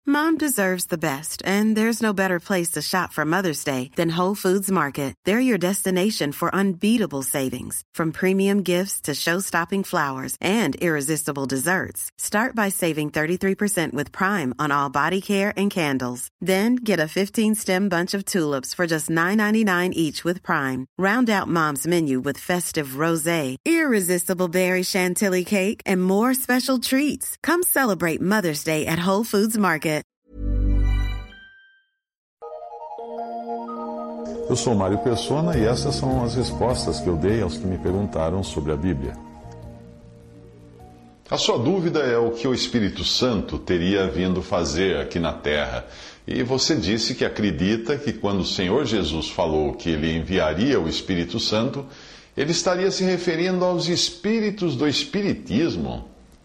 Mom deserves the best, and there's no better place to shop for Mother's Day than Whole Foods Market. They're your destination for unbeatable savings, from premium gifts to show-stopping flowers and irresistible desserts. Start by saving 33% with Prime on all body care and candles. Then get a 15-stem bunch of tulips for just $9.99 each with Prime. Round out Mom's menu with festive rosé, irresistible berry chantilly cake, and more special treats. Come celebrate Mother's Day at Whole Foods Market. Eu sou Mário Persona e essas são as respostas que eu dei aos que me perguntaram sobre a Bíblia. A sua dúvida é o que o Espírito Santo teria vindo fazer aqui na Terra. E você disse que acredita que quando o Senhor Jesus falou que ele enviaria o Espírito Santo, ele estaria se referindo aos espíritos do Espiritismo.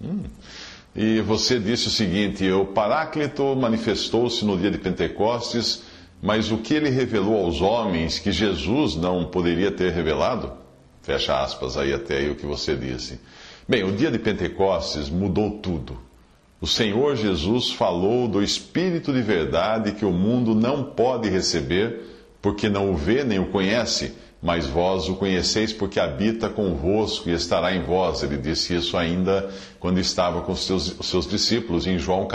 E você disse o seguinte: o Paráclito manifestou-se no dia de Pentecostes, mas o que ele revelou aos homens que Jesus não poderia ter revelado? Fecha aspas aí até aí o que você disse. Bem, o dia de Pentecostes mudou tudo. O Senhor Jesus falou do Espírito de verdade que o mundo não pode receber, porque não o vê nem o conhece, mas vós o conheceis porque habita convosco e estará em vós. Ele disse isso ainda quando estava com os seus discípulos, em João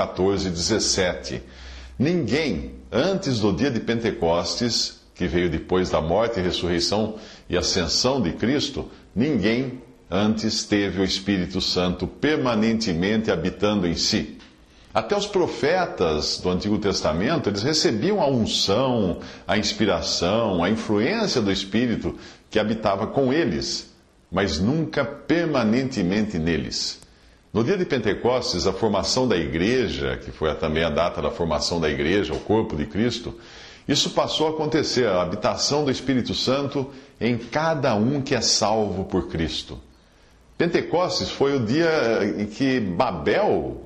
14:17. Ninguém, antes do dia de Pentecostes, que veio depois da morte, ressurreição e ascensão de Cristo, ninguém antes teve o Espírito Santo permanentemente habitando em si. Até os profetas do Antigo Testamento, eles recebiam a unção, a inspiração, a influência do Espírito que habitava com eles, mas nunca permanentemente neles. No dia de Pentecostes, a formação da igreja, que foi também a data da formação da igreja, o corpo de Cristo, isso passou a acontecer, a habitação do Espírito Santo em cada um que é salvo por Cristo. Pentecostes foi o dia em que Babel,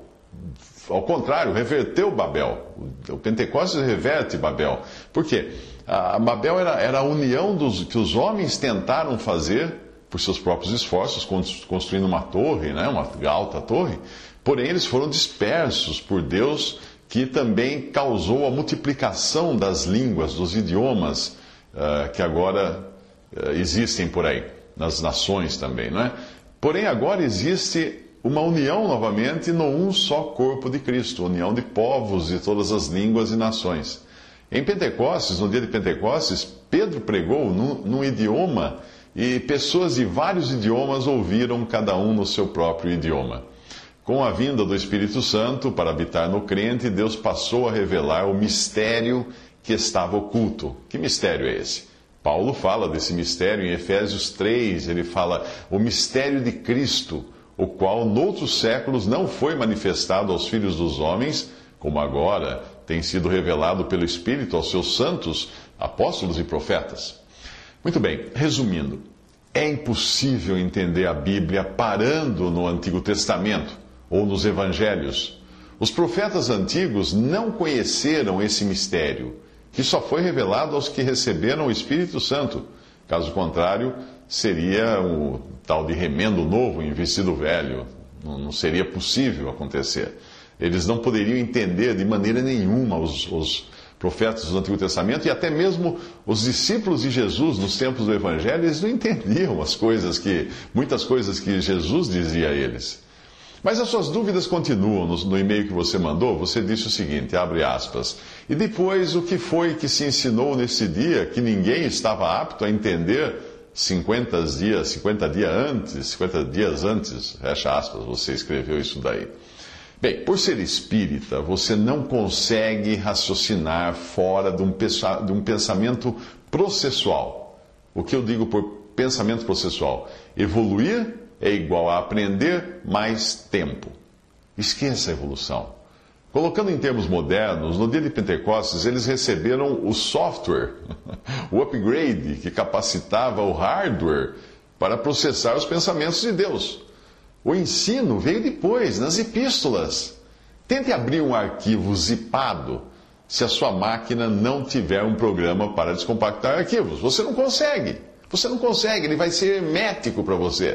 ao contrário, reverteu Babel. O Pentecostes reverte Babel. Por quê? A Babel era a união que os homens tentaram fazer por seus próprios esforços, construindo uma torre, né, uma alta torre. Porém, eles foram dispersos por Deus, que também causou a multiplicação das línguas, dos idiomas que agora existem por aí, nas nações também, não é? Porém, agora existe uma união novamente no um só corpo de Cristo, união de povos de todas as línguas e nações. Em Pentecostes, no dia de Pentecostes, Pedro pregou num idioma e pessoas de vários idiomas ouviram cada um no seu próprio idioma. Com a vinda do Espírito Santo para habitar no crente, Deus passou a revelar o mistério que estava oculto. Que mistério é esse? Paulo fala desse mistério em Efésios 3, ele fala o mistério de Cristo, o qual noutros séculos não foi manifestado aos filhos dos homens, como agora tem sido revelado pelo Espírito aos seus santos, apóstolos e profetas. Muito bem, resumindo, é impossível entender a Bíblia parando no Antigo Testamento ou nos Evangelhos. Os profetas antigos não conheceram esse mistério, que só foi revelado aos que receberam o Espírito Santo. Caso contrário, seria o tal de remendo novo em vestido velho. Não seria possível acontecer. Eles não poderiam entender de maneira nenhuma os profetas do Antigo Testamento, e até mesmo os discípulos de Jesus nos tempos do Evangelho, eles não entendiam muitas coisas que Jesus dizia a eles. Mas as suas dúvidas continuam. No e-mail que você mandou, você disse o seguinte, abre aspas, e depois o que foi que se ensinou nesse dia que ninguém estava apto a entender 50 dias antes, fecha aspas, você escreveu isso daí. Bem, por ser espírita, você não consegue raciocinar fora de um pensamento processual. O que eu digo por pensamento processual? Evoluir é igual a aprender mais tempo. Esqueça a evolução. Colocando em termos modernos, no dia de Pentecostes, eles receberam o software, o upgrade que capacitava o hardware para processar os pensamentos de Deus. O ensino veio depois, nas epístolas. Tente abrir um arquivo zipado se a sua máquina não tiver um programa para descompactar arquivos. Você não consegue. Ele vai ser hermético para você.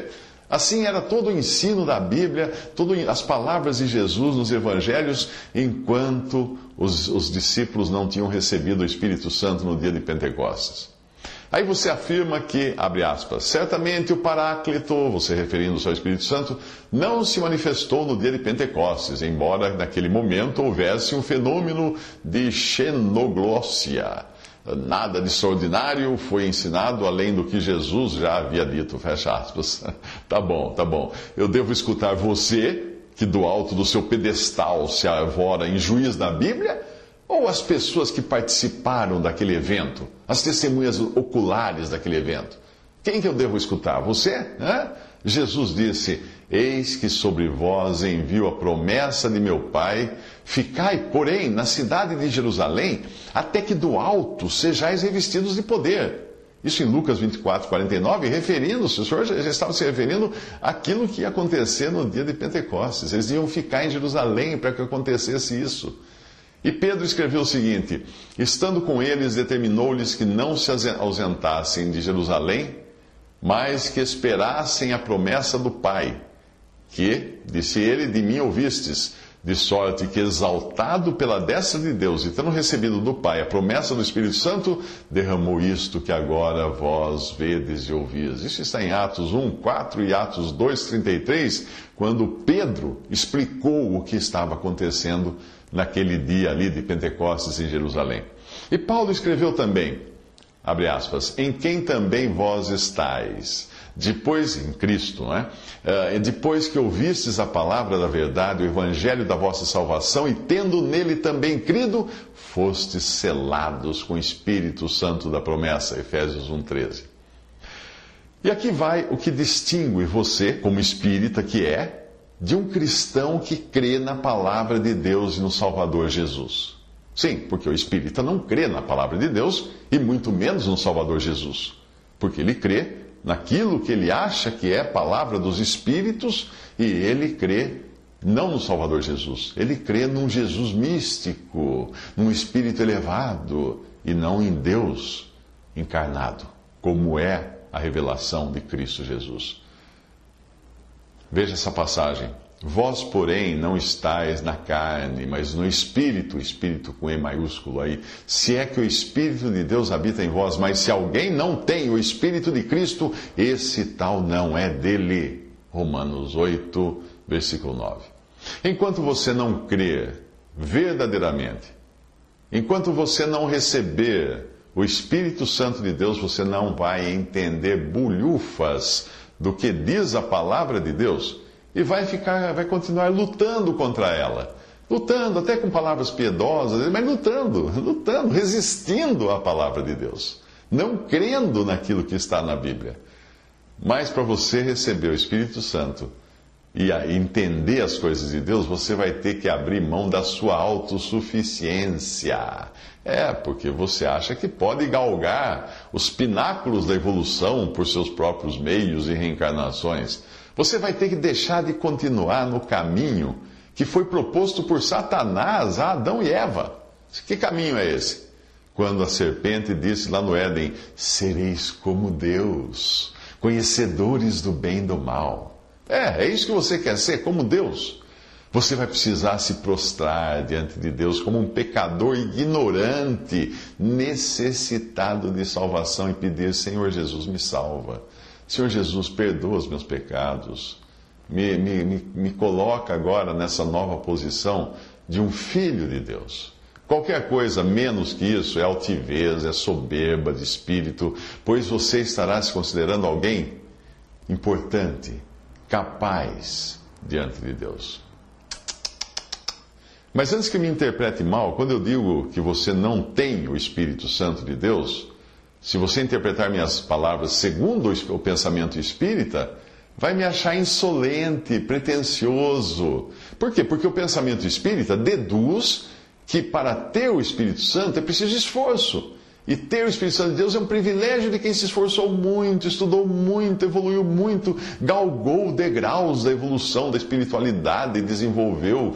Assim era todo o ensino da Bíblia, todas as palavras de Jesus nos evangelhos, enquanto os discípulos não tinham recebido o Espírito Santo no dia de Pentecostes. Aí você afirma que, abre aspas, certamente o Paráclito, você referindo-se ao Espírito Santo, não se manifestou no dia de Pentecostes, embora naquele momento houvesse um fenômeno de xenoglossia. Nada de extraordinário foi ensinado além do que Jesus já havia dito, fecha aspas. Tá bom. Eu devo escutar você, que do alto do seu pedestal se arvora em juiz na Bíblia, ou as pessoas que participaram daquele evento, as testemunhas oculares daquele evento? Quem que eu devo escutar? Você? Jesus disse, eis que sobre vós envio a promessa de meu Pai, ficai, porém, na cidade de Jerusalém, até que do alto sejais revestidos de poder. Isso em Lucas 24, 49, referindo-se, o Senhor já estava se referindo àquilo que ia acontecer no dia de Pentecostes. Eles iam ficar em Jerusalém para que acontecesse isso. E Pedro escreveu o seguinte, estando com eles, determinou-lhes que não se ausentassem de Jerusalém, mas que esperassem a promessa do Pai, que, disse ele, de mim ouvistes, de sorte que, exaltado pela destra de Deus e tendo recebido do Pai a promessa do Espírito Santo, derramou isto que agora vós vedes e ouvis. Isso está em Atos 1, 4 e Atos 2, 33, quando Pedro explicou o que estava acontecendo naquele dia ali de Pentecostes em Jerusalém. E Paulo escreveu também, abre aspas, em quem também vós estáis, depois, em Cristo, depois que ouvistes a palavra da verdade, o evangelho da vossa salvação, e tendo nele também crido, fostes selados com o Espírito Santo da promessa, Efésios 1,13. E aqui vai o que distingue você, como espírita que é, de um cristão que crê na palavra de Deus e no Salvador Jesus. Sim, porque o espírita não crê na palavra de Deus e muito menos no Salvador Jesus. Porque ele crê naquilo que ele acha que é a palavra dos espíritos e ele crê não no Salvador Jesus. Ele crê num Jesus místico, num espírito elevado e não em Deus encarnado, como é a revelação de Cristo Jesus. Veja essa passagem. Vós, porém, não estáis na carne, mas no Espírito, Espírito com E maiúsculo aí, se é que o Espírito de Deus habita em vós, mas se alguém não tem o Espírito de Cristo, esse tal não é dele. Romanos 8, versículo 9. Enquanto você não crer verdadeiramente, enquanto você não receber o Espírito Santo de Deus, você não vai entender bulhufas do que diz a palavra de Deus, e vai continuar lutando contra ela. Lutando, até com palavras piedosas, mas lutando, resistindo à palavra de Deus. Não crendo naquilo que está na Bíblia. Mas para você receber o Espírito Santo e entender as coisas de Deus, você vai ter que abrir mão da sua autossuficiência. Porque você acha que pode galgar os pináculos da evolução por seus próprios meios e reencarnações. Você vai ter que deixar de continuar no caminho que foi proposto por Satanás a Adão e Eva. Que caminho é esse? Quando a serpente disse lá no Éden, sereis como Deus, conhecedores do bem e do mal. É isso que você quer ser, como Deus. Você vai precisar se prostrar diante de Deus como um pecador ignorante, necessitado de salvação e pedir, Senhor Jesus, me salva. Senhor Jesus, perdoa os meus pecados. Me coloca agora nessa nova posição de um filho de Deus. Qualquer coisa menos que isso é altivez, é soberba de espírito, pois você estará se considerando alguém importante, capaz diante de Deus. Mas antes que me interprete mal, quando eu digo que você não tem o Espírito Santo de Deus, se você interpretar minhas palavras segundo o pensamento espírita, vai me achar insolente, pretensioso. Por quê? Porque o pensamento espírita deduz que para ter o Espírito Santo é preciso esforço. E ter o Espírito Santo de Deus é um privilégio de quem se esforçou muito, estudou muito, evoluiu muito, galgou degraus da evolução, da espiritualidade e desenvolveu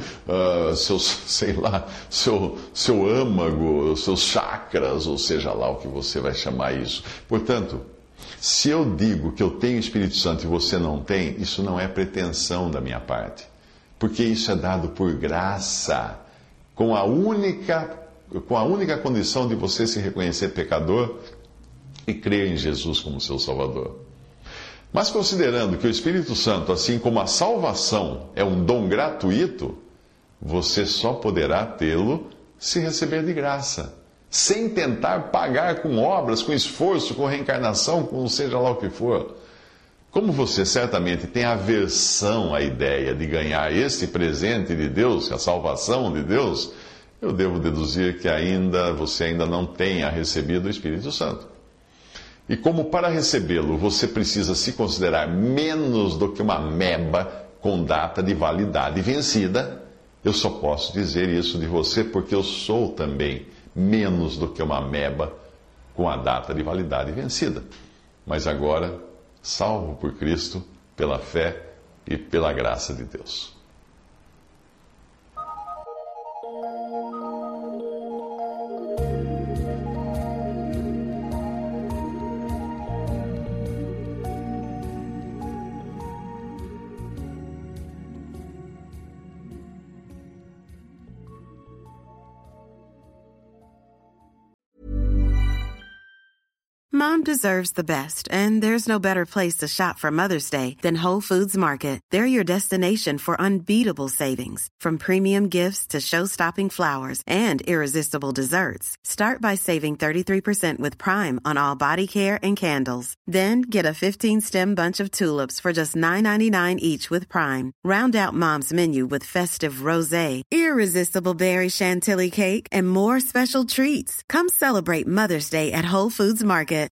seu âmago, seus chakras, ou seja lá o que você vai chamar isso. Portanto, Se eu digo que eu tenho o Espírito Santo e você não tem, isso não é pretensão da minha parte. Porque isso é dado por graça, com a única condição de você se reconhecer pecador e crer em Jesus como seu Salvador. Mas considerando que o Espírito Santo, assim como a salvação, é um dom gratuito, você só poderá tê-lo se receber de graça, sem tentar pagar com obras, com esforço, com reencarnação, com seja lá o que for. Como você certamente tem aversão à ideia de ganhar este presente de Deus, a salvação de Deus, eu devo deduzir que você ainda não tenha recebido o Espírito Santo. E como para recebê-lo você precisa se considerar menos do que uma meba com data de validade vencida, eu só posso dizer isso de você porque eu sou também menos do que uma meba com a data de validade vencida. Mas agora, salvo por Cristo, pela fé e pela graça de Deus. Mom deserves the best, and there's no better place to shop for Mother's Day than Whole Foods Market. They're your destination for unbeatable savings, from premium gifts to show-stopping flowers and irresistible desserts. Start by saving 33% with Prime on all body care and candles. Then get a 15-stem bunch of tulips for just $9.99 each with Prime. Round out Mom's menu with festive rosé, irresistible berry chantilly cake, and more special treats. Come celebrate Mother's Day at Whole Foods Market.